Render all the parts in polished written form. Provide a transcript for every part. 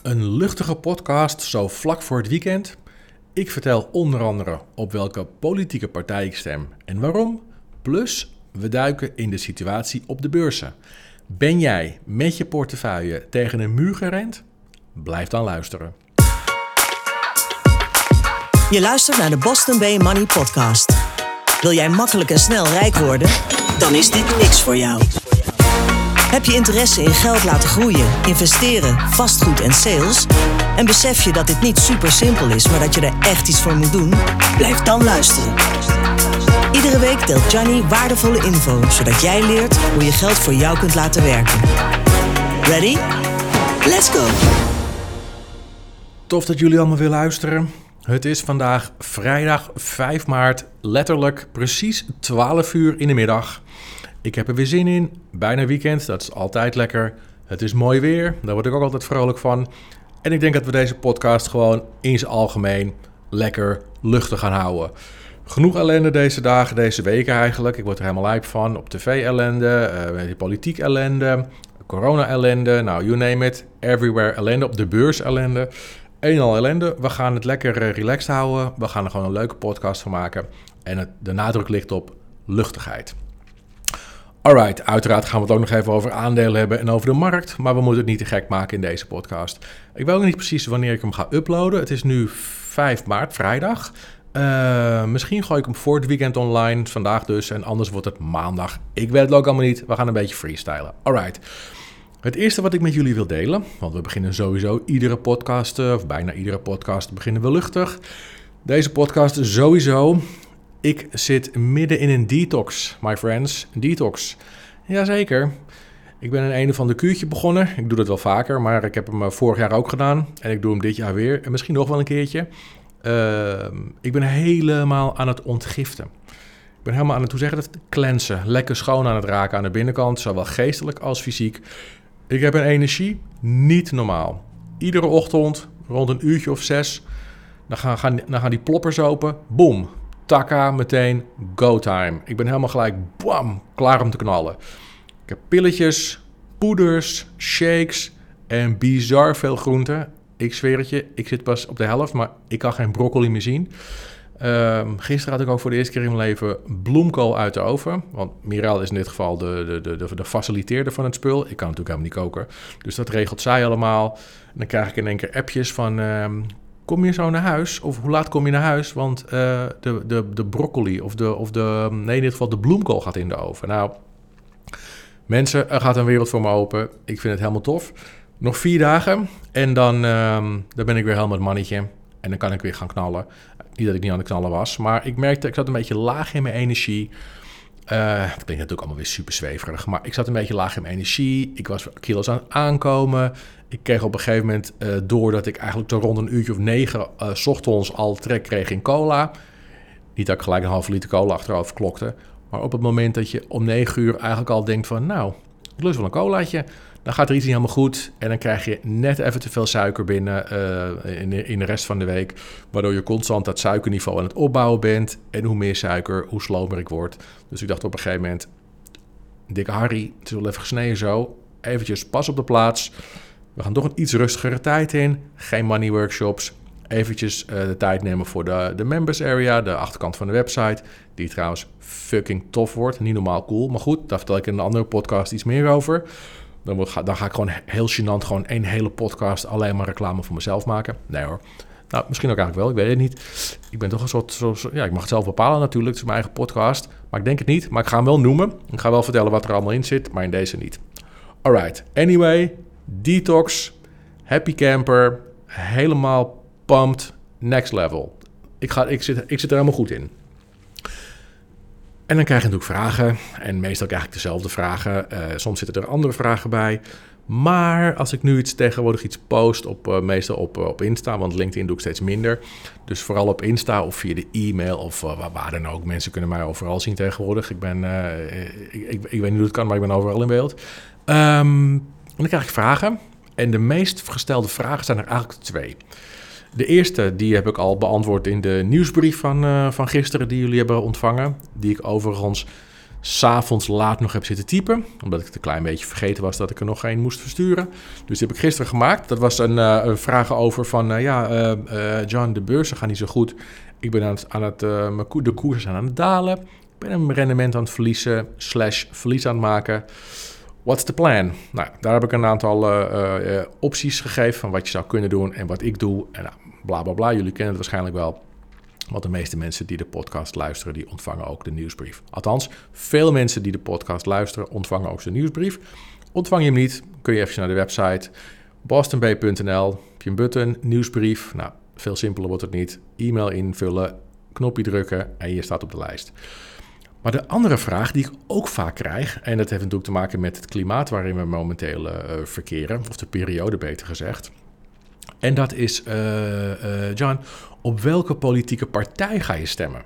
Een luchtige podcast zo vlak voor het weekend. Ik vertel onder andere op welke politieke partij ik stem en waarom. Plus, we duiken in de situatie op de beurzen. Ben jij met je portefeuille tegen een muur gerend? Blijf dan luisteren. Je luistert naar de Boston Bay Money Podcast. Wil jij makkelijk en snel rijk worden? Dan is dit niks voor jou. Heb je interesse in geld laten groeien, investeren, vastgoed en sales? En besef je dat dit niet super simpel is, maar dat je er echt iets voor moet doen? Blijf dan luisteren. Iedere week deelt Johnny waardevolle info, zodat jij leert hoe je geld voor jou kunt laten werken. Ready? Let's go! Tof dat jullie allemaal willen luisteren. Het is vandaag vrijdag 5 maart, letterlijk precies 12 uur in de middag. Ik heb er weer zin in. Bijna weekend, dat is altijd lekker. Het is mooi weer, daar word ik ook altijd vrolijk van. En ik denk dat we deze podcast gewoon in zijn algemeen lekker luchtig gaan houden. Genoeg ellende deze dagen, deze weken eigenlijk. Ik word er helemaal lijp van. Op tv ellende, politiek ellende, corona ellende. Nou, you name it. Everywhere ellende. Op de beurs ellende. Een en al ellende. We gaan het lekker relaxed houden. We gaan er gewoon een leuke podcast van maken. En de nadruk ligt op luchtigheid. Alright, uiteraard gaan we het ook nog even over aandelen hebben en over de markt. Maar we moeten het niet te gek maken in deze podcast. Ik weet ook niet precies wanneer ik hem ga uploaden. Het is nu 5 maart, vrijdag. Misschien gooi ik hem voor het weekend online, vandaag dus. En anders wordt het maandag. Ik weet het ook allemaal niet. We gaan een beetje freestylen. Alright. Het eerste wat ik met jullie wil delen, want we beginnen sowieso iedere podcast, of bijna iedere podcast, beginnen we luchtig. Deze podcast sowieso. Ik zit midden in een detox, my friends. Detox. Jazeker. Ik ben een of ander kuurtje begonnen. Ik doe dat wel vaker, maar ik heb hem vorig jaar ook gedaan. En ik doe hem dit jaar weer. En misschien nog wel een keertje. Ik ben helemaal aan het ontgiften. Ik ben helemaal aan het, hoe zeg je dat? Cleansen. Lekker schoon aan het raken aan de binnenkant. Zowel geestelijk als fysiek. Ik heb een energie niet normaal. Iedere ochtend, rond een uurtje of 6, dan gaan die ploppers open. Boom. Takka, meteen go time. Ik ben helemaal gelijk, bam, klaar om te knallen. Ik heb pilletjes, poeders, shakes en bizar veel groenten. Ik zweer het je, ik zit pas op de helft, maar ik kan geen broccoli meer zien. Gisteren had ik ook voor de eerste keer in mijn leven bloemkool uit de oven. Want Mirel is in dit geval de faciliteerder van het spul. Ik kan natuurlijk helemaal niet koken. Dus dat regelt zij allemaal. En dan krijg ik in één keer appjes van... Kom je zo naar huis? Of hoe laat kom je naar huis? Want de broccoli in dit geval de bloemkool gaat in de oven. Nou, mensen, er gaat een wereld voor me open. Ik vind het helemaal tof. Nog 4 dagen en dan ben ik weer helemaal het mannetje. En dan kan ik weer gaan knallen. Niet dat ik niet aan het knallen was, maar ik merkte, ik zat een beetje laag in mijn energie. Het klinkt natuurlijk allemaal weer super zweverig, maar ik zat een beetje laag in mijn energie. Ik was kilo's aan het aankomen. Ik kreeg op een gegeven moment door dat ik eigenlijk tot rond een uurtje of 9 's ochtends al trek kreeg in cola. Niet dat ik gelijk een halve liter cola achterover klokte. Maar op het moment dat je om 9 uur eigenlijk al denkt van... nou, ik lust wel een colaatje. Dan gaat er iets niet helemaal goed. En dan krijg je net even te veel suiker binnen in de rest van de week. Waardoor je constant dat suikerniveau aan het opbouwen bent. En hoe meer suiker, hoe slomer ik word. Dus ik dacht op een gegeven moment... dikke Harry, het is wel even gesneden zo. Eventjes pas op de plaats... We gaan toch een iets rustigere tijd in. Geen money workshops. Eventjes de tijd nemen voor de members area. De achterkant van de website. Die trouwens fucking tof wordt. Niet normaal cool. Maar goed, daar vertel ik in een andere podcast iets meer over. Dan ga ik gewoon heel gênant gewoon 1 hele podcast alleen maar reclame voor mezelf maken. Nee hoor. Nou, misschien ook eigenlijk wel. Ik weet het niet. Ik ben toch een soort ja, ik mag het zelf bepalen natuurlijk. Het is mijn eigen podcast. Maar ik denk het niet. Maar ik ga hem wel noemen. Ik ga wel vertellen wat er allemaal in zit. Maar in deze niet. Alright. Anyway... Detox, happy camper, helemaal pumped, next level. Ik zit er helemaal goed in. En dan krijg je natuurlijk vragen. En meestal krijg ik dezelfde vragen. Soms zitten er andere vragen bij. Maar als ik nu tegenwoordig iets post, meestal op Insta, want LinkedIn doe ik steeds minder. Dus vooral op Insta of via de e-mail of waar dan ook. Mensen kunnen mij overal zien tegenwoordig. Ik weet niet hoe het kan, maar ik ben overal in beeld. En dan krijg ik vragen. En de meest gestelde vragen zijn er eigenlijk 2. De eerste, die heb ik al beantwoord in de nieuwsbrief van gisteren die jullie hebben ontvangen. Die ik overigens 'S'avonds laat nog heb zitten typen. Omdat ik het een klein beetje vergeten was dat ik er nog één moest versturen. Dus die heb ik gisteren gemaakt. Dat was een vraag over van... John, de beurzen gaan niet zo goed. Ik ben de koersen zijn aan het dalen. Ik ben een rendement aan het verliezen / verlies aan het maken. What's the plan? Nou, daar heb ik een aantal opties gegeven van wat je zou kunnen doen en wat ik doe. En bla bla bla. Jullie kennen het waarschijnlijk wel. Want de meeste mensen die de podcast luisteren, die ontvangen ook de nieuwsbrief. Althans, veel mensen die de podcast luisteren, ontvangen ook zijn nieuwsbrief. Ontvang je hem niet, kun je even naar de website bostonbay.nl. Heb je een button, nieuwsbrief. Nou, veel simpeler wordt het niet. E-mail invullen, knopje drukken en je staat op de lijst. Maar de andere vraag die ik ook vaak krijg, en dat heeft natuurlijk te maken met het klimaat waarin we momenteel verkeren, of de periode beter gezegd. En dat is, John, op welke politieke partij ga je stemmen?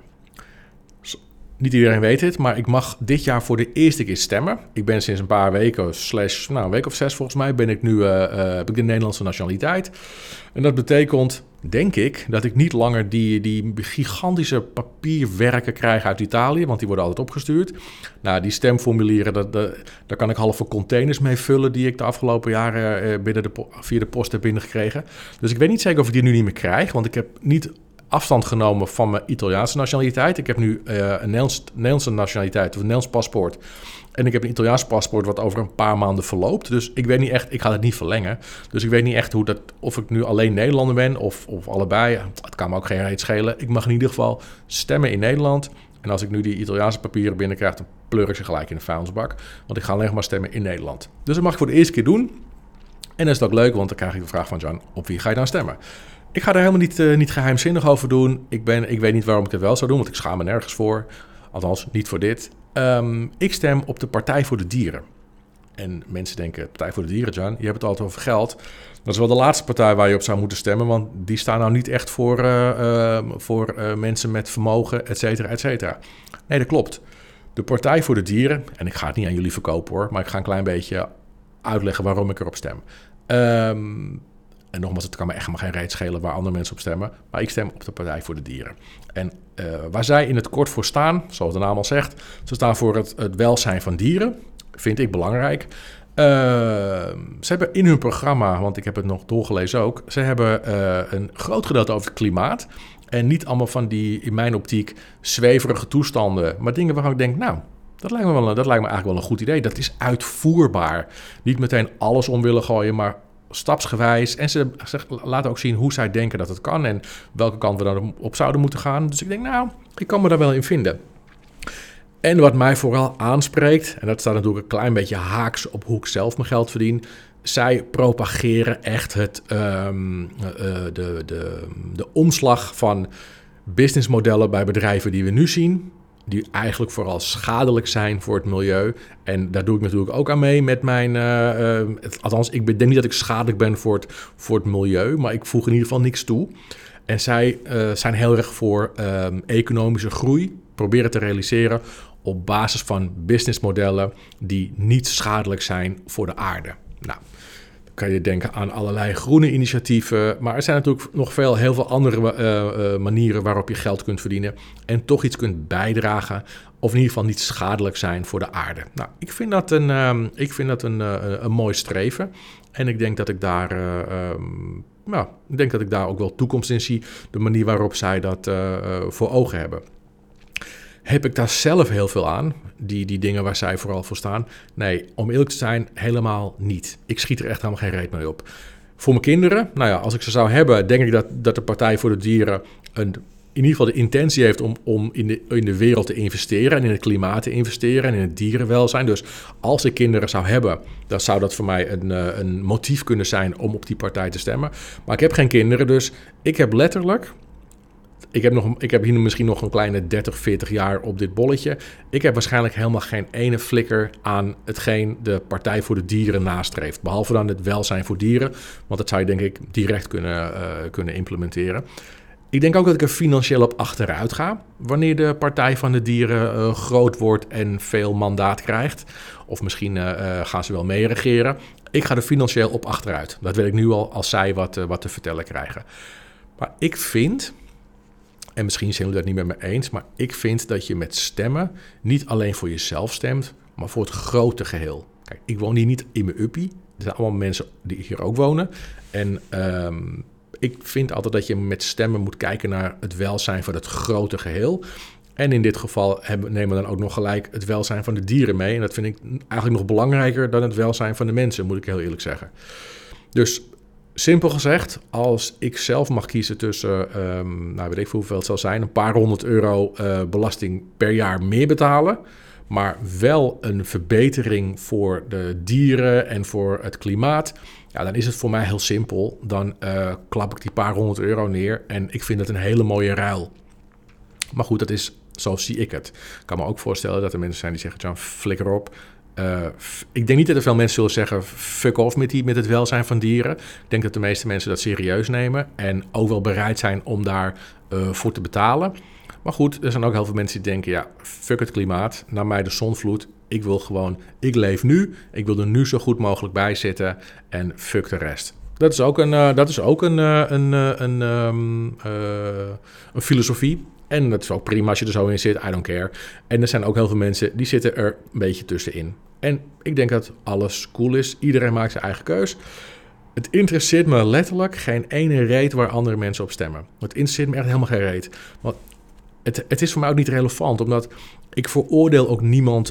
Niet iedereen weet het, maar ik mag dit jaar voor de eerste keer stemmen. Ik ben sinds een paar weken, een week of 6 volgens mij, heb ik de Nederlandse nationaliteit. En dat betekent, denk ik, dat ik niet langer die gigantische papierwerken krijg uit Italië, want die worden altijd opgestuurd. Nou, die stemformulieren, daar kan ik halve containers mee vullen die ik de afgelopen jaren via de post heb binnengekregen. Dus ik weet niet zeker of ik die nu niet meer krijg, want ik heb niet afstand genomen van mijn Italiaanse nationaliteit. Ik heb nu een Nederlandse nationaliteit, of een Nederlands paspoort. En ik heb een Italiaans paspoort wat over een paar maanden verloopt. Dus ik weet niet echt, ik ga het niet verlengen. Dus ik weet niet echt of ik nu alleen Nederlander ben of allebei. Het kan me ook geen reet schelen. Ik mag in ieder geval stemmen in Nederland. En als ik nu die Italiaanse papieren binnenkrijg, dan pleur ik ze gelijk in de vuilnisbak. Want ik ga alleen maar stemmen in Nederland. Dus dat mag ik voor de eerste keer doen. En dat is ook leuk, want dan krijg ik de vraag van John, op wie ga je dan stemmen? Ik ga daar helemaal niet geheimzinnig over doen. Ik weet niet waarom ik het wel zou doen, want ik schaam me nergens voor. Althans, niet voor dit. Ik stem op de Partij voor de Dieren. En mensen denken, Partij voor de Dieren, John, je hebt het altijd over geld. Dat is wel de laatste partij waar je op zou moeten stemmen, want die staan nou niet echt voor mensen met vermogen, et cetera, et cetera. Nee, dat klopt. De Partij voor de Dieren, en ik ga het niet aan jullie verkopen hoor, maar ik ga een klein beetje uitleggen waarom ik erop stem. En nogmaals, het kan me echt maar geen reet schelen waar andere mensen op stemmen. Maar ik stem op de Partij voor de Dieren. En waar zij in het kort voor staan, zoals de naam al zegt, ze staan voor het welzijn van dieren. Vind ik belangrijk. Ze hebben in hun programma, want ik heb het nog doorgelezen ook, ze hebben een groot gedeelte over het klimaat. En niet allemaal van die, in mijn optiek, zweverige toestanden. Maar dingen waarvan ik denk, nou, dat lijkt me eigenlijk wel een goed idee. Dat is uitvoerbaar. Niet meteen alles om willen gooien, maar stapsgewijs. En ze laten ook zien hoe zij denken dat het kan en welke kant we dan op zouden moeten gaan. Dus ik denk, nou, ik kan me daar wel in vinden. En wat mij vooral aanspreekt, en dat staat natuurlijk een klein beetje haaks op hoe ik zelf mijn geld verdien. Zij propageren echt de omslag van businessmodellen bij bedrijven die we nu zien, die eigenlijk vooral schadelijk zijn voor het milieu. En daar doe ik natuurlijk ook aan mee met mijn... althans, ik denk niet dat ik schadelijk ben voor het milieu, maar ik voeg in ieder geval niks toe. En zij zijn heel erg voor economische groei, proberen te realiseren op basis van businessmodellen die niet schadelijk zijn voor de aarde. Nou, dan kan je denken aan allerlei groene initiatieven, maar er zijn natuurlijk nog heel veel andere manieren waarop je geld kunt verdienen en toch iets kunt bijdragen, of in ieder geval niet schadelijk zijn voor de aarde. Nou, ik vind dat een mooi streven en ik denk dat ik daar ook wel toekomst in zie, de manier waarop zij dat voor ogen hebben. Heb ik daar zelf heel veel aan, die dingen waar zij vooral voor staan? Nee, om eerlijk te zijn, helemaal niet. Ik schiet er echt helemaal geen reet mee op. Voor mijn kinderen, nou ja, als ik ze zou hebben, denk ik dat de Partij voor de Dieren in ieder geval de intentie heeft om in de wereld te investeren en in het klimaat te investeren en in het dierenwelzijn. Dus als ik kinderen zou hebben, dan zou dat voor mij een motief kunnen zijn om op die partij te stemmen. Maar ik heb geen kinderen, dus ik heb letterlijk... Ik heb hier misschien nog een kleine 30, 40 jaar op dit bolletje. Ik heb waarschijnlijk helemaal geen ene flikker aan hetgeen de Partij voor de Dieren nastreeft. Behalve dan het welzijn voor dieren. Want dat zou je denk ik direct kunnen implementeren. Ik denk ook dat ik er financieel op achteruit ga. Wanneer de Partij van de Dieren groot wordt en veel mandaat krijgt. Of misschien gaan ze wel meeregeren. Ik ga er financieel op achteruit. Dat weet ik nu al als zij wat te vertellen krijgen. Maar ik vind... En misschien zijn jullie dat niet met me eens, maar ik vind dat je met stemmen niet alleen voor jezelf stemt, maar voor het grote geheel. Kijk, ik woon hier niet in mijn uppie. Er zijn allemaal mensen die hier ook wonen. En ik vind altijd dat je met stemmen moet kijken naar het welzijn van het grote geheel. En in dit geval nemen we dan ook nog gelijk het welzijn van de dieren mee. En dat vind ik eigenlijk nog belangrijker dan het welzijn van de mensen, moet ik heel eerlijk zeggen. Dus simpel gezegd, als ik zelf mag kiezen tussen, weet ik hoeveel het zal zijn, een paar €100 belasting per jaar meer betalen, maar wel een verbetering voor de dieren en voor het klimaat, ja, dan is het voor mij heel simpel. Dan klap ik die paar €100 neer en ik vind het een hele mooie ruil. Maar goed, dat is, zo zie ik het. Ik kan me ook voorstellen dat er mensen zijn die zeggen, John, flikker op. Ik denk niet dat er veel mensen zullen zeggen, fuck off met het welzijn van dieren. Ik denk dat de meeste mensen dat serieus nemen en ook wel bereid zijn om daar voor te betalen. Maar goed, er zijn ook heel veel mensen die denken, ja, fuck het klimaat, naar mij de zonvloed. Ik leef nu, ik wil er nu zo goed mogelijk bij zitten en fuck de rest. Dat is ook een filosofie. En dat is ook prima als je er zo in zit, I don't care. En er zijn ook heel veel mensen die zitten er een beetje tussenin. En ik denk dat alles cool is. Iedereen maakt zijn eigen keus. Het interesseert me letterlijk geen ene reet waar andere mensen op stemmen. Het interesseert me echt helemaal geen reet. Want het is voor mij ook niet relevant, omdat ik veroordeel ook niemand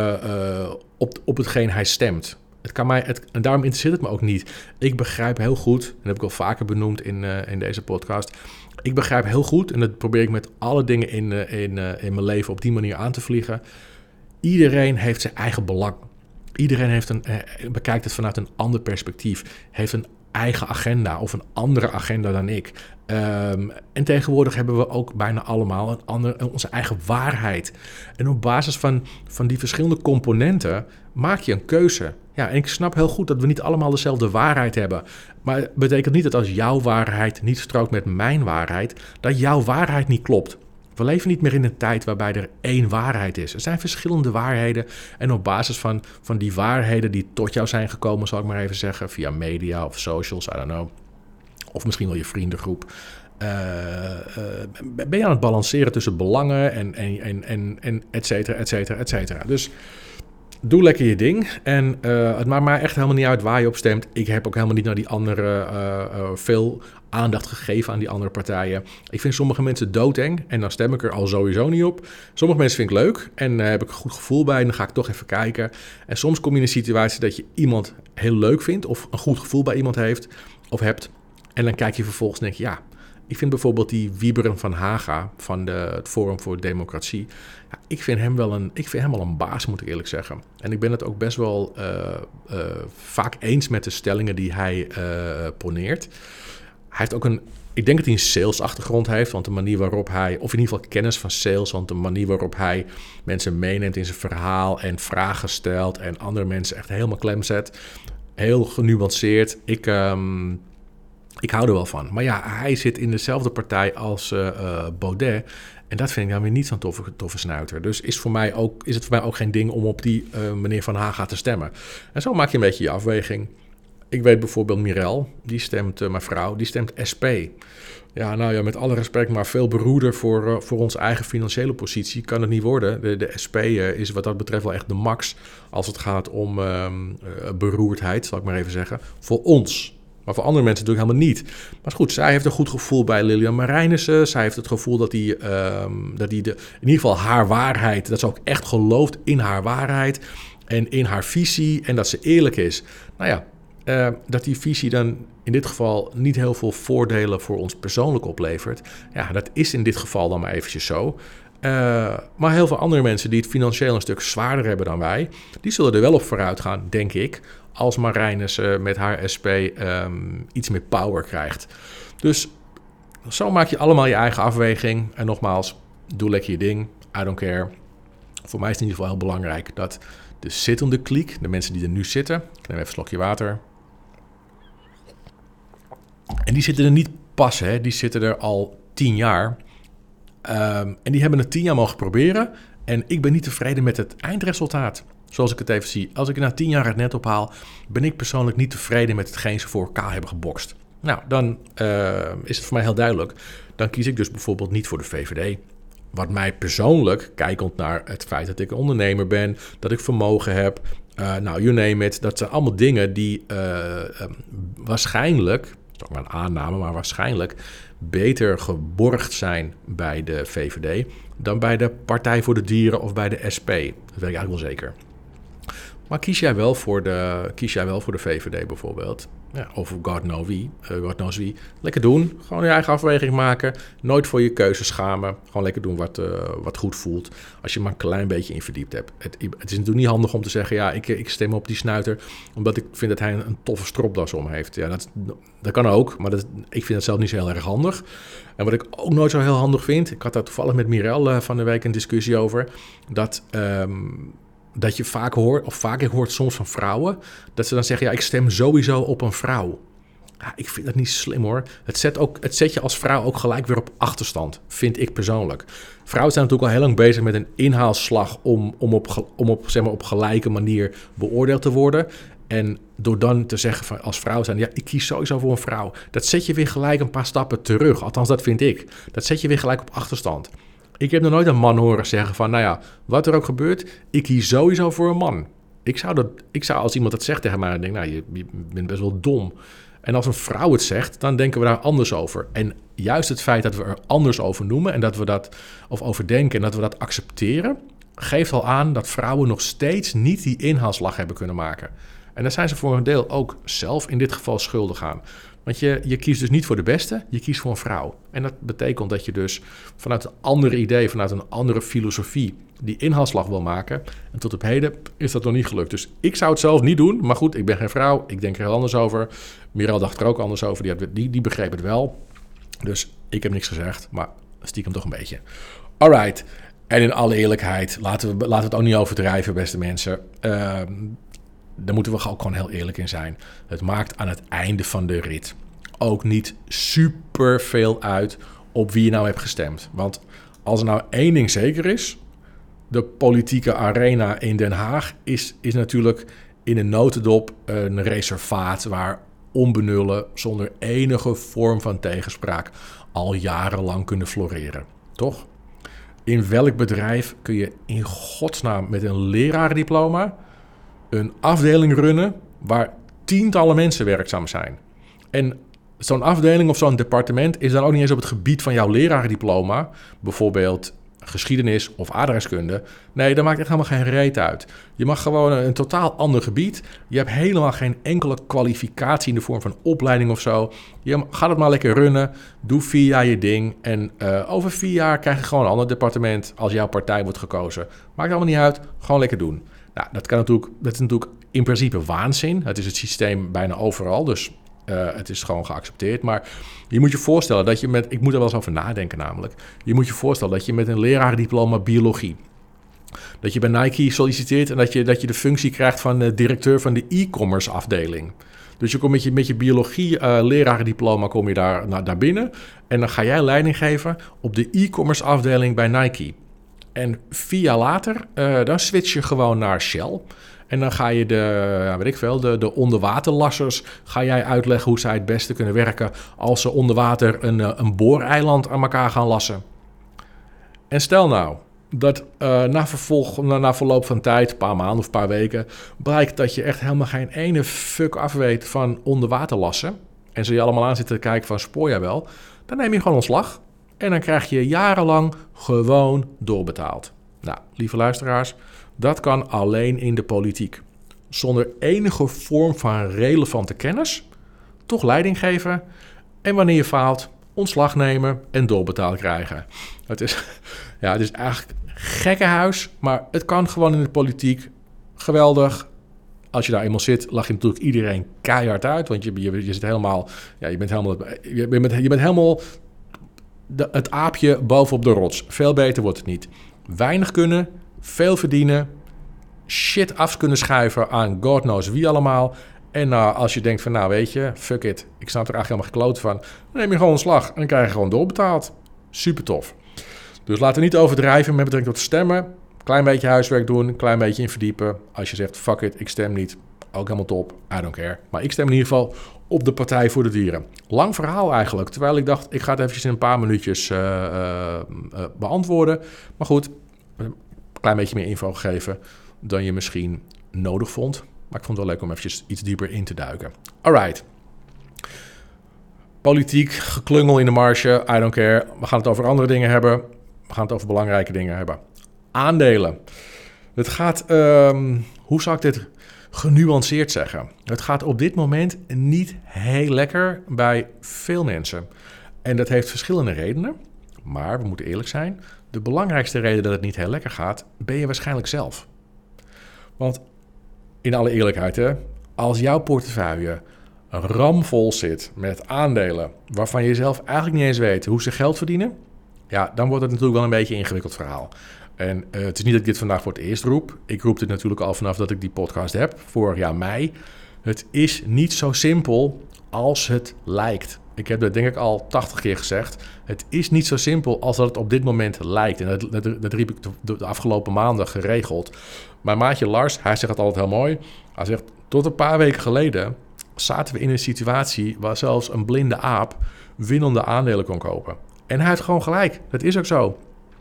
op hetgeen hij stemt. En daarom interesseert het me ook niet. Ik begrijp heel goed, en dat heb ik al vaker benoemd in deze podcast. Ik begrijp heel goed, en dat probeer ik met alle dingen in mijn leven op die manier aan te vliegen. Iedereen heeft zijn eigen belang. Iedereen bekijkt het vanuit een ander perspectief. Heeft een eigen agenda of een andere agenda dan ik. En tegenwoordig hebben we ook bijna allemaal onze eigen waarheid. En op basis van die verschillende componenten maak je een keuze. Ja, en ik snap heel goed dat we niet allemaal dezelfde waarheid hebben. Maar het betekent niet dat als jouw waarheid niet strookt met mijn waarheid, dat jouw waarheid niet klopt. We leven niet meer in een tijd waarbij er één waarheid is. Er zijn verschillende waarheden. En op basis van die waarheden die tot jou zijn gekomen, zal ik maar even zeggen, via media of socials, I don't know. Of misschien wel je vriendengroep. Ben je aan het balanceren tussen belangen en et cetera, et cetera, et cetera. Dus doe lekker je ding. En het maakt mij echt helemaal niet uit waar je op stemt. Ik heb ook helemaal niet naar die andere veel aandacht gegeven aan die andere partijen. Ik vind sommige mensen doodeng en dan stem ik er al sowieso niet op. Sommige mensen vind ik leuk en heb ik een goed gevoel bij en dan ga ik toch even kijken. En soms kom je in een situatie dat je iemand heel leuk vindt of een goed gevoel bij iemand heeft of hebt. En dan kijk je vervolgens en denk je, ja, ik vind bijvoorbeeld die Wieberen van Haga van het Forum voor Democratie. Ja, ik vind hem wel een baas, moet ik eerlijk zeggen. En ik ben het ook best wel vaak eens met de stellingen die hij poneert. Hij heeft ook ik denk dat hij een salesachtergrond heeft, want de manier waarop hij, of in ieder geval kennis van sales, want de manier waarop hij mensen meeneemt in zijn verhaal en vragen stelt en andere mensen echt helemaal klem zet. Heel genuanceerd. Ik hou er wel van. Maar ja, hij zit in dezelfde partij als Baudet. En dat vind ik dan weer niet zo'n toffe snuiter. Dus is het voor mij ook geen ding om op die meneer Van Haga te stemmen. En zo maak je een beetje je afweging. Ik weet bijvoorbeeld Mirel, mijn vrouw, die stemt SP. Ja, nou ja, met alle respect, maar veel beroerder voor onze eigen financiële positie kan het niet worden. De SP is wat dat betreft wel echt de max als het gaat om beroerdheid, zal ik maar even zeggen, voor ons. Maar voor andere mensen natuurlijk helemaal niet. Maar goed, zij heeft een goed gevoel bij Lilian Marijnissen. Zij heeft het gevoel dat die in ieder geval haar waarheid, dat ze ook echt gelooft in haar waarheid en in haar visie en dat ze eerlijk is. Nou ja, dat die visie dan in dit geval niet heel veel voordelen voor ons persoonlijk oplevert. Ja, dat is in dit geval dan maar eventjes zo. Maar heel veel andere mensen die het financieel een stuk zwaarder hebben dan wij, die zullen er wel op vooruit gaan, denk ik, als Marijnissen met haar SP iets meer power krijgt. Dus zo maak je allemaal je eigen afweging. En nogmaals, doe lekker je ding. I don't care. Voor mij is het in ieder geval heel belangrijk dat de zittende kliek, de mensen die er nu zitten, ik neem even een slokje water. En die zitten er niet pas, hè? Die zitten er al 10 jaar. En die hebben het 10 jaar mogen proberen. En ik ben niet tevreden met het eindresultaat. Zoals ik het even zie. Als ik na 10 jaar het net ophaal, ben ik persoonlijk niet tevreden met hetgeen ze voor elkaar hebben gebokst. Nou, dan is het voor mij heel duidelijk. Dan kies ik dus bijvoorbeeld niet voor de VVD. Wat mij persoonlijk, kijkend naar het feit dat ik een ondernemer ben, dat ik vermogen heb, you name it. Dat zijn allemaal dingen die waarschijnlijk, toch maar een aanname, maar waarschijnlijk beter geborgd zijn bij de VVD dan bij de Partij voor de Dieren of bij de SP. Dat weet ik eigenlijk wel zeker. Maar kies jij wel voor de VVD bijvoorbeeld? Ja, of God knows wie. Lekker doen. Gewoon je eigen afweging maken. Nooit voor je keuze schamen. Gewoon lekker doen wat goed voelt. Als je maar een klein beetje in verdiept hebt. Het is natuurlijk niet handig om te zeggen, ja, ik stem op die snuiter omdat ik vind dat hij een toffe stropdas om heeft. Ja, dat kan ook, maar ik vind dat zelf niet zo heel erg handig. En wat ik ook nooit zo heel handig vind, ik had daar toevallig met Mirel van de week een discussie over, dat je vaak hoort soms van vrouwen, dat ze dan zeggen, ja, ik stem sowieso op een vrouw. Ja, ik vind dat niet slim hoor. Het zet je als vrouw ook gelijk weer op achterstand, vind ik persoonlijk. Vrouwen zijn natuurlijk al heel lang bezig met een inhaalslag om op gelijke manier beoordeeld te worden. En door dan te zeggen van als vrouw zijn, ja, ik kies sowieso voor een vrouw. Dat zet je weer gelijk een paar stappen terug. Althans, dat vind ik. Dat zet je weer gelijk op achterstand. Ik heb nog nooit een man horen zeggen van, nou ja, wat er ook gebeurt, ik kies sowieso voor een man. Ik zou als iemand dat zegt tegen mij, dan denk ik, nou, je bent best wel dom. En als een vrouw het zegt, dan denken we daar anders over. En juist het feit dat we er anders over noemen en dat we dat, of over denken en dat we dat accepteren, geeft al aan dat vrouwen nog steeds niet die inhaalslag hebben kunnen maken. En daar zijn ze voor een deel ook zelf in dit geval schuldig aan. Want je kiest dus niet voor de beste, je kiest voor een vrouw. En dat betekent dat je dus vanuit een ander idee, vanuit een andere filosofie, die inhaalslag wil maken. En tot op heden is dat nog niet gelukt. Dus ik zou het zelf niet doen. Maar goed, ik ben geen vrouw. Ik denk er heel anders over. Mirel dacht er ook anders over. Die begreep het wel. Dus ik heb niks gezegd. Maar stiekem toch een beetje. Alright. En in alle eerlijkheid, laten we het ook niet overdrijven, beste mensen. Daar moeten we ook gewoon heel eerlijk in zijn. Het maakt aan het einde van de rit ook niet super veel uit op wie je nou hebt gestemd. Want als er nou één ding zeker is, de politieke arena in Den Haag is natuurlijk in een notendop een reservaat waar onbenullen zonder enige vorm van tegenspraak al jarenlang kunnen floreren. Toch? In welk bedrijf kun je in godsnaam met een lerarendiploma een afdeling runnen waar tientallen mensen werkzaam zijn? En zo'n afdeling of zo'n departement is dan ook niet eens op het gebied van jouw lerarendiploma, bijvoorbeeld geschiedenis of aardrijkskunde. Nee, dat maakt echt helemaal geen reet uit. Je mag gewoon een totaal ander gebied. Je hebt helemaal geen enkele kwalificatie in de vorm van opleiding of zo. Je gaat het maar lekker runnen. Doe 4 jaar je ding. En over 4 jaar krijg je gewoon een ander departement als jouw partij wordt gekozen. Maakt allemaal niet uit. Gewoon lekker doen. Nou, dat is natuurlijk in principe waanzin. Het is het systeem bijna overal, dus het is gewoon geaccepteerd. Maar je moet je voorstellen dat je ik moet er wel eens over nadenken namelijk. Je moet je voorstellen dat je met een lerarendiploma biologie, dat je bij Nike solliciteert en dat je de functie krijgt van directeur van de e-commerce afdeling. Dus je komt met je biologie lerarendiploma kom je daar binnen en dan ga jij leiding geven op de e-commerce afdeling bij Nike. En 4 jaar later, dan switch je gewoon naar Shell. En dan ga je de onderwaterlassers ga jij uitleggen hoe zij het beste kunnen werken als ze onder water een booreiland aan elkaar gaan lassen. En stel nou dat na verloop van tijd, een paar maanden of een paar weken, blijkt dat je echt helemaal geen ene fuck af weet van onderwaterlassen. En ze je allemaal aan zitten te kijken van spoor jij wel. Dan neem je gewoon ontslag. En dan krijg je jarenlang gewoon doorbetaald. Nou, lieve luisteraars, dat kan alleen in de politiek. Zonder enige vorm van relevante kennis, toch leiding geven en wanneer je faalt, ontslag nemen en doorbetaald krijgen. Het is eigenlijk gekkenhuis, maar het kan gewoon in de politiek. Geweldig. Als je daar eenmaal zit, lach je natuurlijk iedereen keihard uit, want je zit helemaal, ja, je bent helemaal het aapje bovenop de rots. Veel beter wordt het niet. Weinig kunnen, veel verdienen, shit af kunnen schuiven aan God knows wie allemaal. En als je denkt van nou weet je, fuck it, ik snap er eigenlijk helemaal gekloot van. Dan neem je gewoon ontslag en dan krijg je gewoon doorbetaald. Super tof. Dus laten we niet overdrijven met betrekking tot stemmen. Klein beetje huiswerk doen, klein beetje in verdiepen. Als je zegt fuck it, ik stem niet. ook helemaal top. I don't care. Maar ik stem in ieder geval op de Partij voor de Dieren. Lang verhaal eigenlijk. Terwijl ik dacht, ik ga het eventjes in een paar minuutjes beantwoorden. Maar goed, een klein beetje meer info gegeven dan je misschien nodig vond. Maar ik vond het wel leuk om eventjes iets dieper in te duiken. Alright. Politiek, geklungel in de marge, I don't care. We gaan het over andere dingen hebben. We gaan het over belangrijke dingen hebben. Aandelen. Het gaat, hoe zou ik dit genuanceerd zeggen? Het gaat op dit moment niet heel lekker bij veel mensen. En dat heeft verschillende redenen. Maar we moeten eerlijk zijn. De belangrijkste reden dat het niet heel lekker gaat, ben je waarschijnlijk zelf. Want in alle eerlijkheid, hè, als jouw portefeuille ramvol zit met aandelen waarvan je zelf eigenlijk niet eens weet hoe ze geld verdienen, ja, dan wordt het natuurlijk wel een beetje een ingewikkeld verhaal. En het is niet dat ik dit vandaag voor het eerst roep. Ik roep dit natuurlijk al vanaf dat ik die podcast heb, vorig jaar mei. Het is niet zo simpel als het lijkt. Ik heb dat denk ik al 80 keer gezegd. Het is niet zo simpel als dat het op dit moment lijkt. En dat riep ik de afgelopen maanden geregeld. Mijn maatje Lars, hij zegt het altijd heel mooi. Hij zegt, tot een paar weken geleden zaten we in een situatie waar zelfs een blinde aap winnende aandelen kon kopen. En hij heeft gewoon gelijk. Dat is ook zo.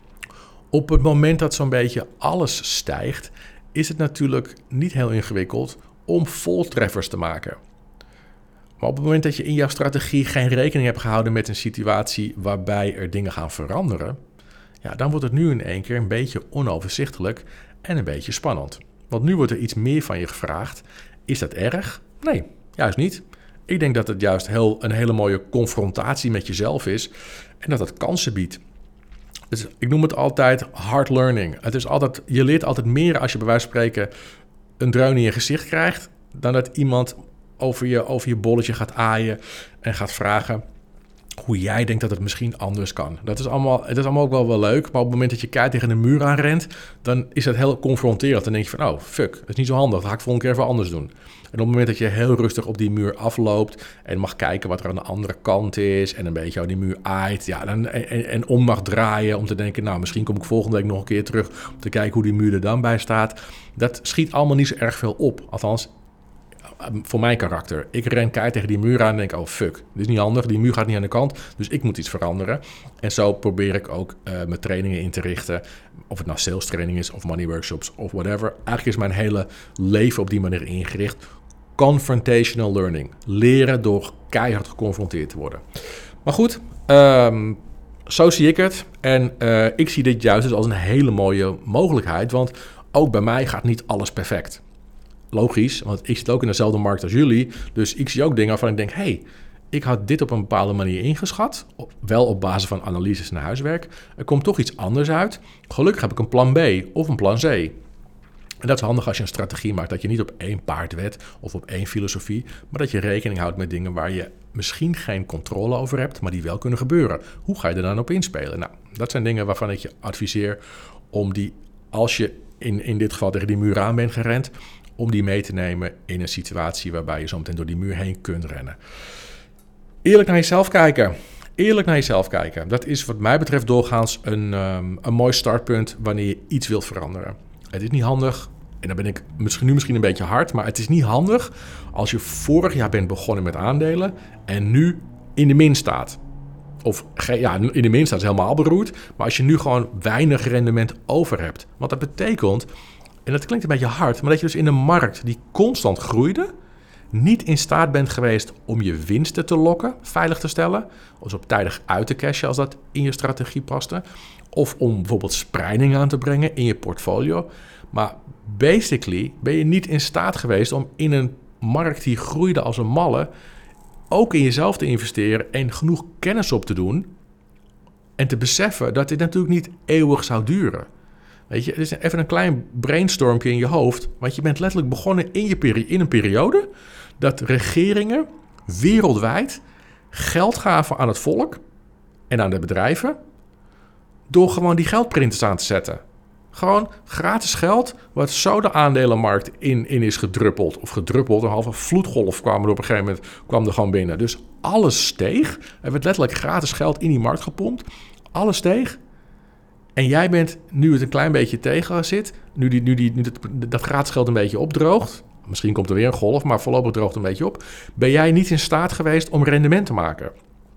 Op het moment dat zo'n beetje alles stijgt, is het natuurlijk niet heel ingewikkeld om voltreffers te maken. Maar op het moment dat je in jouw strategie geen rekening hebt gehouden met een situatie waarbij er dingen gaan veranderen, ja, dan wordt het nu in één keer een beetje onoverzichtelijk en een beetje spannend. Want nu wordt er iets meer van je gevraagd. Is dat erg? Nee, juist niet. Ik denk dat het juist een hele mooie confrontatie met jezelf is en dat het kansen biedt. Dus ik noem het altijd hard learning. Het is altijd, je leert altijd meer als je bij wijze van spreken een dreun in je gezicht krijgt, dan dat iemand over je bolletje gaat aaien en gaat vragen hoe jij denkt dat het misschien anders kan. Het is allemaal ook wel leuk, maar op het moment dat je keihard tegen de muur aanrent, dan is het heel confronterend. Dan denk je van, oh fuck, dat is niet zo handig, dat ga ik volgende keer even anders doen. En op het moment dat je heel rustig op die muur afloopt en mag kijken wat er aan de andere kant is en een beetje aan die muur aait, ja, en om mag draaien om te denken, nou misschien kom ik volgende week nog een keer terug om te kijken hoe die muur er dan bij staat. Dat schiet allemaal niet zo erg veel op. Althans, voor mijn karakter. Ik ren keihard tegen die muur aan en denk, oh fuck, dit is niet handig, die muur gaat niet aan de kant, dus ik moet iets veranderen. En zo probeer ik ook mijn trainingen in te richten, of het nou sales training is, of money workshops, of whatever. Eigenlijk is mijn hele leven op die manier ingericht. Confrontational learning. Leren door keihard geconfronteerd te worden. Maar goed, zo zie ik het. En ik zie dit juist als een hele mooie mogelijkheid, want ook bij mij gaat niet alles perfect. Logisch, want ik zit ook in dezelfde markt als jullie. Dus ik zie ook dingen waarvan ik denk, hey, ik had dit op een bepaalde manier ingeschat. Wel op basis van analyses en huiswerk. Er komt toch iets anders uit. Gelukkig heb ik een plan B of een plan C. En dat is handig als je een strategie maakt. Dat je niet op één paard wedt of op één filosofie. Maar dat je rekening houdt met dingen waar je misschien geen controle over hebt. Maar die wel kunnen gebeuren. Hoe ga je er dan op inspelen? Nou, dat zijn dingen waarvan ik je adviseer om die, als je in dit geval tegen die muur aan bent gerend, om die mee te nemen in een situatie waarbij je zo meteen door die muur heen kunt rennen. Eerlijk naar jezelf kijken. Eerlijk naar jezelf kijken. Dat is wat mij betreft doorgaans een mooi startpunt wanneer je iets wilt veranderen. Het is niet handig, en dan ben ik misschien een beetje hard, maar het is niet handig als je vorig jaar bent begonnen met aandelen en nu in de min staat. Of ja, in de min staat is helemaal beroerd, maar als je nu gewoon weinig rendement over hebt. Want dat betekent, en dat klinkt een beetje hard, maar dat je dus in een markt die constant groeide, niet in staat bent geweest om je winsten te lokken, veilig te stellen, of op tijdig uit te cashen als dat in je strategie paste, of om bijvoorbeeld spreiding aan te brengen in je portfolio. Maar basically ben je niet in staat geweest om in een markt die groeide als een malle ook in jezelf te investeren en genoeg kennis op te doen en te beseffen dat dit natuurlijk niet eeuwig zou duren. Weet je, het is even een klein brainstormpje in je hoofd, want je bent letterlijk begonnen in een periode dat regeringen wereldwijd geld gaven aan het volk en aan de bedrijven door gewoon die geldprinters aan te zetten. Gewoon gratis geld, wat zo de aandelenmarkt in is gedruppeld. Een halve vloedgolf kwam er op een gegeven moment er gewoon binnen. Dus alles steeg. Er werd letterlijk gratis geld in die markt gepompt. Alles steeg. En jij bent, nu het een klein beetje tegen zit, nu dat gratis geld een beetje opdroogt, misschien komt er weer een golf, maar voorlopig droogt het een beetje op. Ben jij niet in staat geweest om rendement te maken?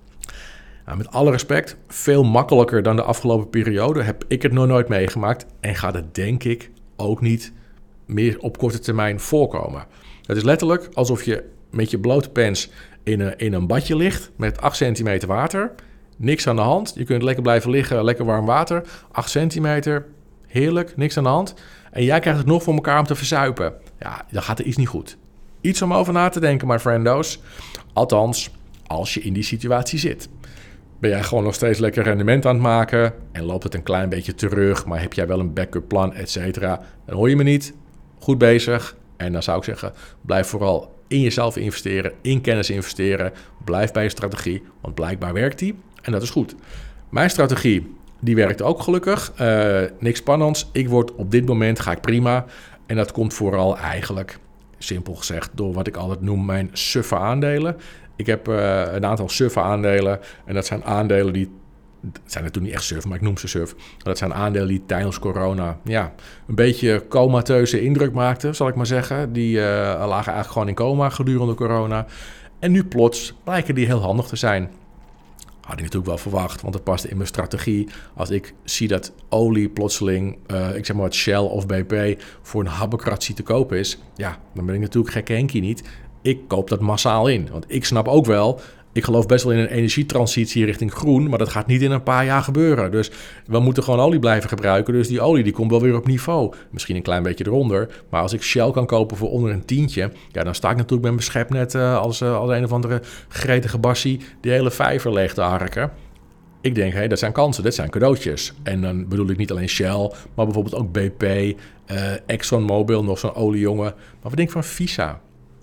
Nou, met alle respect, veel makkelijker dan de afgelopen periode heb ik het nog nooit meegemaakt. En gaat het denk ik ook niet meer op korte termijn voorkomen. Het is letterlijk alsof je met je blote pens in een badje ligt met 8 centimeter water. Niks aan de hand. Je kunt lekker blijven liggen, lekker warm water. 8 centimeter, heerlijk, niks aan de hand. En jij krijgt het nog voor elkaar om te verzuipen. Ja, dan gaat er iets niet goed. Iets om over na te denken, my friendo's. Althans, als je in die situatie zit. Ben jij gewoon nog steeds lekker rendement aan het maken en loopt het een klein beetje terug, maar heb jij wel een backup plan, et cetera, dan hoor je me niet. Goed bezig. En dan zou ik zeggen, blijf vooral in jezelf investeren, in kennis investeren. Blijf bij je strategie, want blijkbaar werkt die en dat is goed. Mijn strategie, die werkt ook gelukkig. Niks spannends. Op dit moment ga ik prima. En dat komt vooral eigenlijk, simpel gezegd, door wat ik altijd noem mijn suffe aandelen. Ik heb een aantal suffe aandelen en dat zijn aandelen die... Het zijn natuurlijk niet echt suf, maar ik noem ze suf. Dat zijn aandelen die tijdens corona een beetje comateuze indruk maakten, zal ik maar zeggen. Die lagen eigenlijk gewoon in coma gedurende corona. En nu plots blijken die heel handig te zijn. Had ik natuurlijk wel verwacht, want het past in mijn strategie. Als ik zie dat olie plotseling, ik zeg maar wat Shell of BP, voor een habbekratsie te koop is, dan ben ik natuurlijk gekke Henkie niet. Ik koop dat massaal in, want ik snap ook wel... Ik geloof best wel in een energietransitie richting groen, maar dat gaat niet in een paar jaar gebeuren. Dus we moeten gewoon olie blijven gebruiken. Dus die olie die komt wel weer op niveau. Misschien een klein beetje eronder. Maar als ik Shell kan kopen voor onder een tientje, dan sta ik natuurlijk met mijn schepnet als een of andere gretige bassie die hele vijver leeg te harken. Ik denk, dat zijn kansen, dit zijn cadeautjes. En dan bedoel ik niet alleen Shell, maar bijvoorbeeld ook BP, ExxonMobil, nog zo'n oliejongen. Maar wat denk ik van Visa?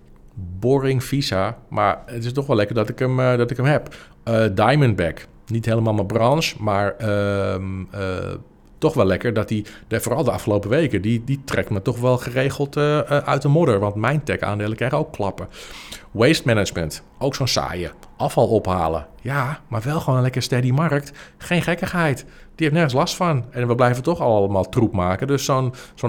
Boring Visa, maar het is toch wel lekker dat ik hem heb. Diamondback, niet helemaal mijn branche, maar toch wel lekker dat die, vooral de afgelopen weken, die trekt me toch wel geregeld uit de modder. Want mijn tech-aandelen krijgen ook klappen. Waste management, ook zo'n saaie. Afval ophalen, ja, maar wel gewoon een lekker steady markt. Geen gekkigheid, die heeft nergens last van. En we blijven toch allemaal troep maken. Dus zo'n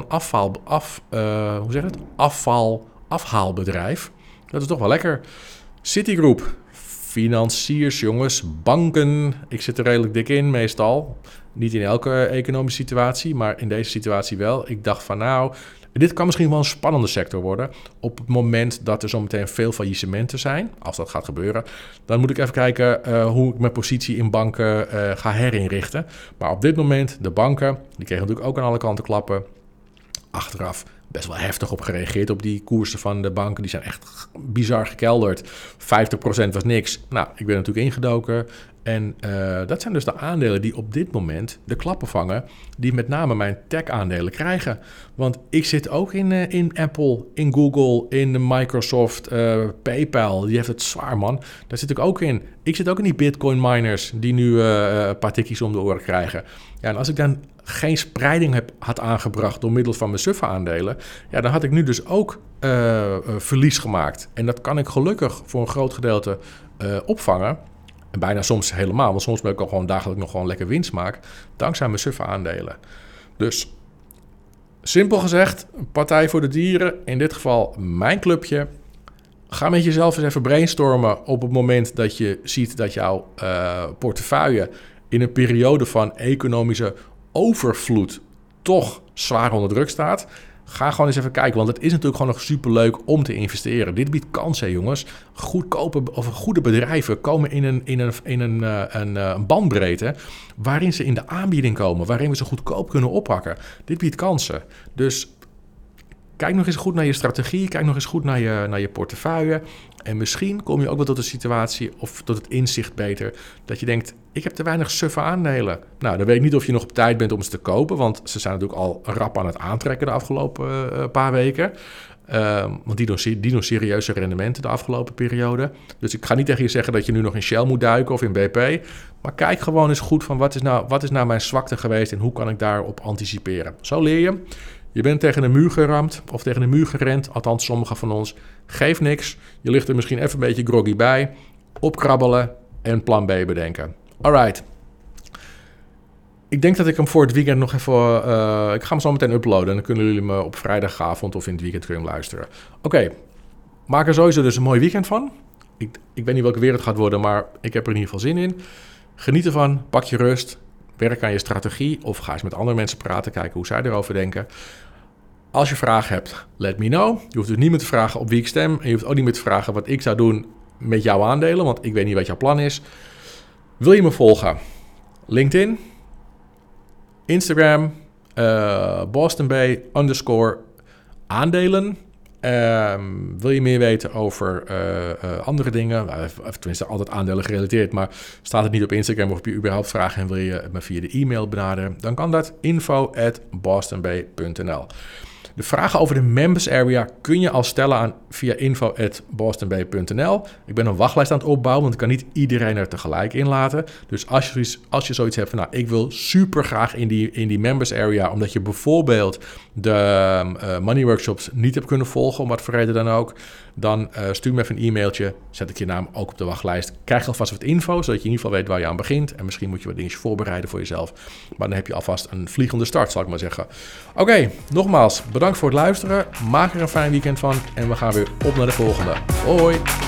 afhaalbedrijf, dat is toch wel lekker. Citigroup, financiers, jongens, banken. Ik zit er redelijk dik in, meestal. Niet in elke economische situatie, maar in deze situatie wel. Ik dacht van dit kan misschien wel een spannende sector worden. Op het moment dat er zometeen veel faillissementen zijn, als dat gaat gebeuren, dan moet ik even kijken hoe ik mijn positie in banken ga herinrichten. Maar op dit moment, de banken, die kregen natuurlijk ook aan alle kanten klappen. Achteraf best wel heftig op gereageerd op die koersen van de banken. Die zijn echt bizar gekelderd. 50% was niks. Nou, ik ben natuurlijk ingedoken. En dat zijn dus de aandelen die op dit moment de klappen vangen, die met name mijn tech-aandelen krijgen. Want ik zit ook in Apple, in Google, in Microsoft, PayPal. Die heeft het zwaar, man. Daar zit ik ook in. Ik zit ook in die Bitcoin miners die nu een paar tikkies om de oren krijgen. Ja, en als ik dan geen spreiding had aangebracht door middel van mijn suffe aandelen, dan had ik nu dus ook verlies gemaakt. En dat kan ik gelukkig voor een groot gedeelte opvangen. En bijna soms helemaal, want soms ben ik al gewoon dagelijks nog gewoon lekker winst maak, dankzij mijn suffe aandelen. Dus simpel gezegd, partij voor de dieren, in dit geval mijn clubje. Ga met jezelf eens even brainstormen op het moment dat je ziet dat jouw portefeuille in een periode van economische overvloed toch zwaar onder druk staat. Ga gewoon eens even kijken, want het is natuurlijk gewoon nog superleuk om te investeren. Dit biedt kansen, jongens. Goedkope of goede bedrijven komen in een bandbreedte waarin ze in de aanbieding komen, waarin we ze goedkoop kunnen oppakken. Dit biedt kansen. Dus kijk nog eens goed naar je strategie, kijk nog eens goed naar je portefeuille. En misschien kom je ook wel tot de situatie of tot het inzicht beter dat je denkt, ik heb te weinig suffe aandelen. Nou, dan weet ik niet of je nog op tijd bent om ze te kopen, want ze zijn natuurlijk al rap aan het aantrekken de afgelopen paar weken. Want die doen serieuze rendementen de afgelopen periode. Dus ik ga niet tegen je zeggen dat je nu nog in Shell moet duiken of in BP. Maar kijk gewoon eens goed van wat is nou mijn zwakte geweest en hoe kan ik daarop anticiperen. Zo leer je. Je bent tegen een muur geramd of tegen een muur gerend, althans sommigen van ons. Geeft niks. Je ligt er misschien even een beetje groggy bij. Opkrabbelen en plan B bedenken. Alright. Ik denk dat ik hem voor het weekend nog even... ik ga hem zo meteen uploaden en dan kunnen jullie me op vrijdagavond of in het weekend kunnen luisteren. Oké, maak er sowieso dus een mooi weekend van. Ik weet niet welke weer het gaat worden, maar ik heb er in ieder geval zin in. Geniet ervan, pak je rust, werk aan je strategie of ga eens met andere mensen praten, kijken hoe zij erover denken. Als je vragen hebt, let me know. Je hoeft dus niet meer te vragen op wie ik stem en je hoeft ook niet meer te vragen wat ik zou doen met jouw aandelen, want ik weet niet wat jouw plan is. Wil je me volgen? LinkedIn, Instagram, Boston Bay _aandelen. Wil je meer weten over andere dingen? Tenminste, altijd aandelen gerelateerd, maar staat het niet op Instagram of heb je überhaupt vragen en wil je me via de e-mail benaderen? Dan kan dat info@bostonbay.nl. De vragen over de members area kun je al stellen via info@bostonbay.nl. Ik ben een wachtlijst aan het opbouwen, want ik kan niet iedereen er tegelijk in laten. Dus als je zoiets hebt van, nou, ik wil super graag in die members area, omdat je bijvoorbeeld de money workshops niet hebt kunnen volgen, om wat voor reden dan ook, dan stuur me even een e-mailtje, zet ik je naam ook op de wachtlijst. Krijg alvast wat info, zodat je in ieder geval weet waar je aan begint. En misschien moet je wat dingetjes voorbereiden voor jezelf. Maar dan heb je alvast een vliegende start, zal ik maar zeggen. Oké, nogmaals, bedankt voor het luisteren. Maak er een fijn weekend van en we gaan weer op naar de volgende. Hoi!